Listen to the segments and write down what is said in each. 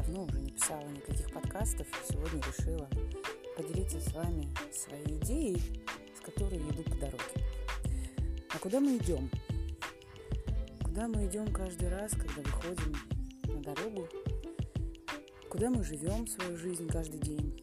давно уже не писала никаких подкастов. Сегодня решила поделиться с вами своей идеей, с которой иду по дороге. А куда мы идем? Куда мы идем каждый раз, когда выходим на дорогу? Куда мы живем свою жизнь каждый день?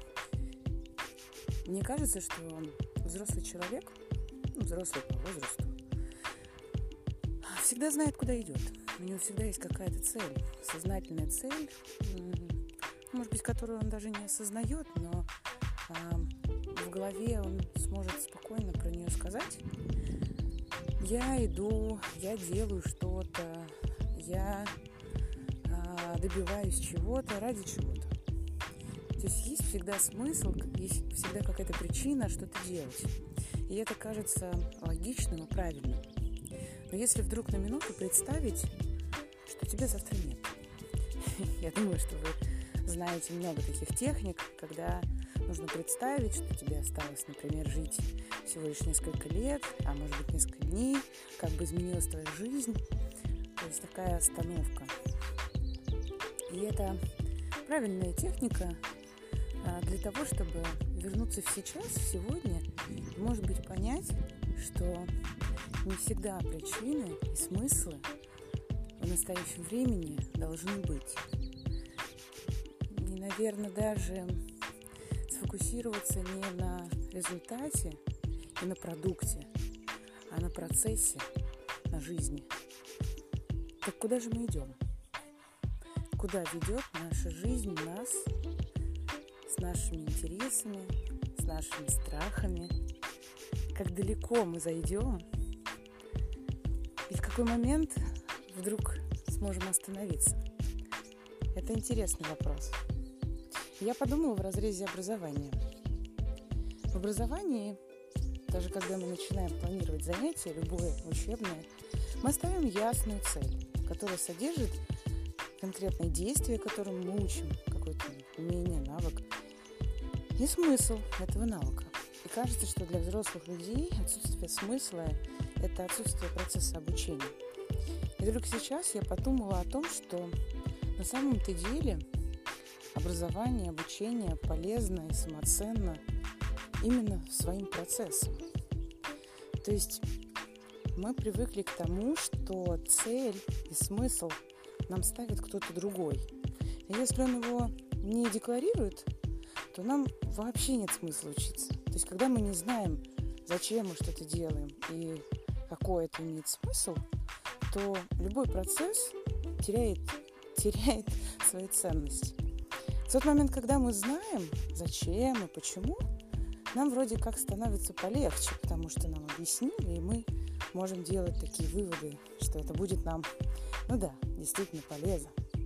Мне кажется, что взрослый человек, взрослый по возрасту, всегда знает, куда идет. У него всегда есть какая-то цель, сознательная цель, может быть, которую он даже не осознает, но в голове он сможет спокойно про нее сказать. Я иду, я делаю что-то, я добиваюсь чего-то ради чего-то. То есть всегда смысл, есть всегда какая-то причина что-то делать. И это кажется логичным и правильным. Но если вдруг на минуту представить, что тебя завтра нет. Я думаю, что вы знаете много таких техник, когда нужно представить, что тебе осталось, например, жить всего лишь несколько лет, а может быть несколько дней, как бы изменилась твоя жизнь. То есть такая остановка. И это правильная техника для того, чтобы вернуться в сейчас, в сегодня, и, может быть, понять, что не всегда причины и смыслы в настоящем времени должны быть. И, наверное, даже сфокусироваться не на результате и на продукте, а на процессе, на жизни. Так куда же мы идем? Куда ведет наша жизнь нас с нашими интересами, с нашими страхами? Как далеко мы зайдем? И в какой момент вдруг сможем остановиться? Это интересный вопрос. Я подумала в разрезе образования. В образовании, даже когда мы начинаем планировать занятия, любое учебное, мы ставим ясную цель, которая содержит конкретные действия, которым мы учим, какое-то умение, навык, и смысл этого навыка. И кажется, что для взрослых людей отсутствие смысла – это отсутствие процесса обучения. И вдруг сейчас я подумала о том, что на самом-то деле образование, обучение полезно и самоценно именно своим процессом. То есть мы привыкли к тому, что цель и смысл нам ставит кто-то другой. И если он его не декларирует, то нам вообще нет смысла учиться. То есть когда мы не знаем, зачем мы что-то делаем и какой это имеет смысл, то любой процесс теряет свою ценность. В тот момент, когда мы знаем, зачем и почему, нам вроде как становится полегче, потому что нам объяснили, и мы можем делать такие выводы, что это будет нам, действительно полезно.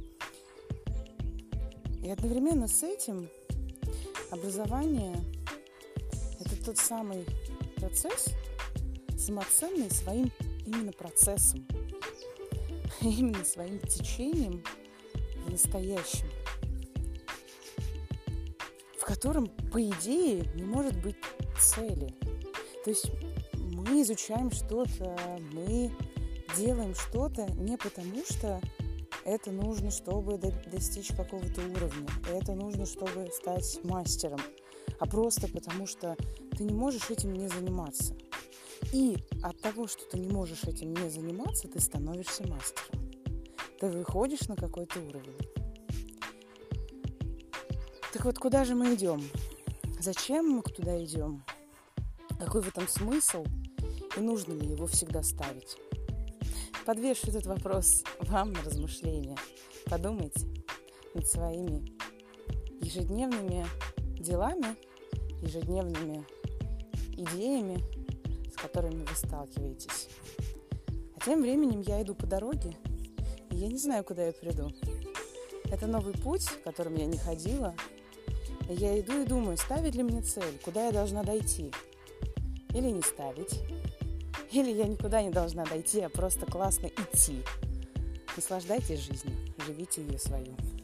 И одновременно с этим образование – это тот самый процесс, самоценный своим именно процессом, именно своим течением в настоящем, в котором, по идее, не может быть цели. То есть мы изучаем что-то, мы делаем что-то не потому, что это нужно, чтобы достичь какого-то уровня, это нужно, чтобы стать мастером, а просто потому, что ты не можешь этим не заниматься. И от того, что ты не можешь этим не заниматься, ты становишься мастером. Ты выходишь на какой-то уровень. Так вот, куда же мы идем? Зачем мы туда идем? Какой в этом смысл? И нужно ли его всегда ставить? Подвешу этот вопрос вам на размышления. Подумайте над своими ежедневными делами, ежедневными идеями, с которыми вы сталкиваетесь. А тем временем я иду по дороге, и я не знаю, куда я приду. Это новый путь, которым я не ходила. И я иду и думаю, ставить ли мне цель, куда я должна дойти, или не ставить. Или я никуда не должна дойти, а просто классно идти. Наслаждайтесь жизнью, живите ее свою.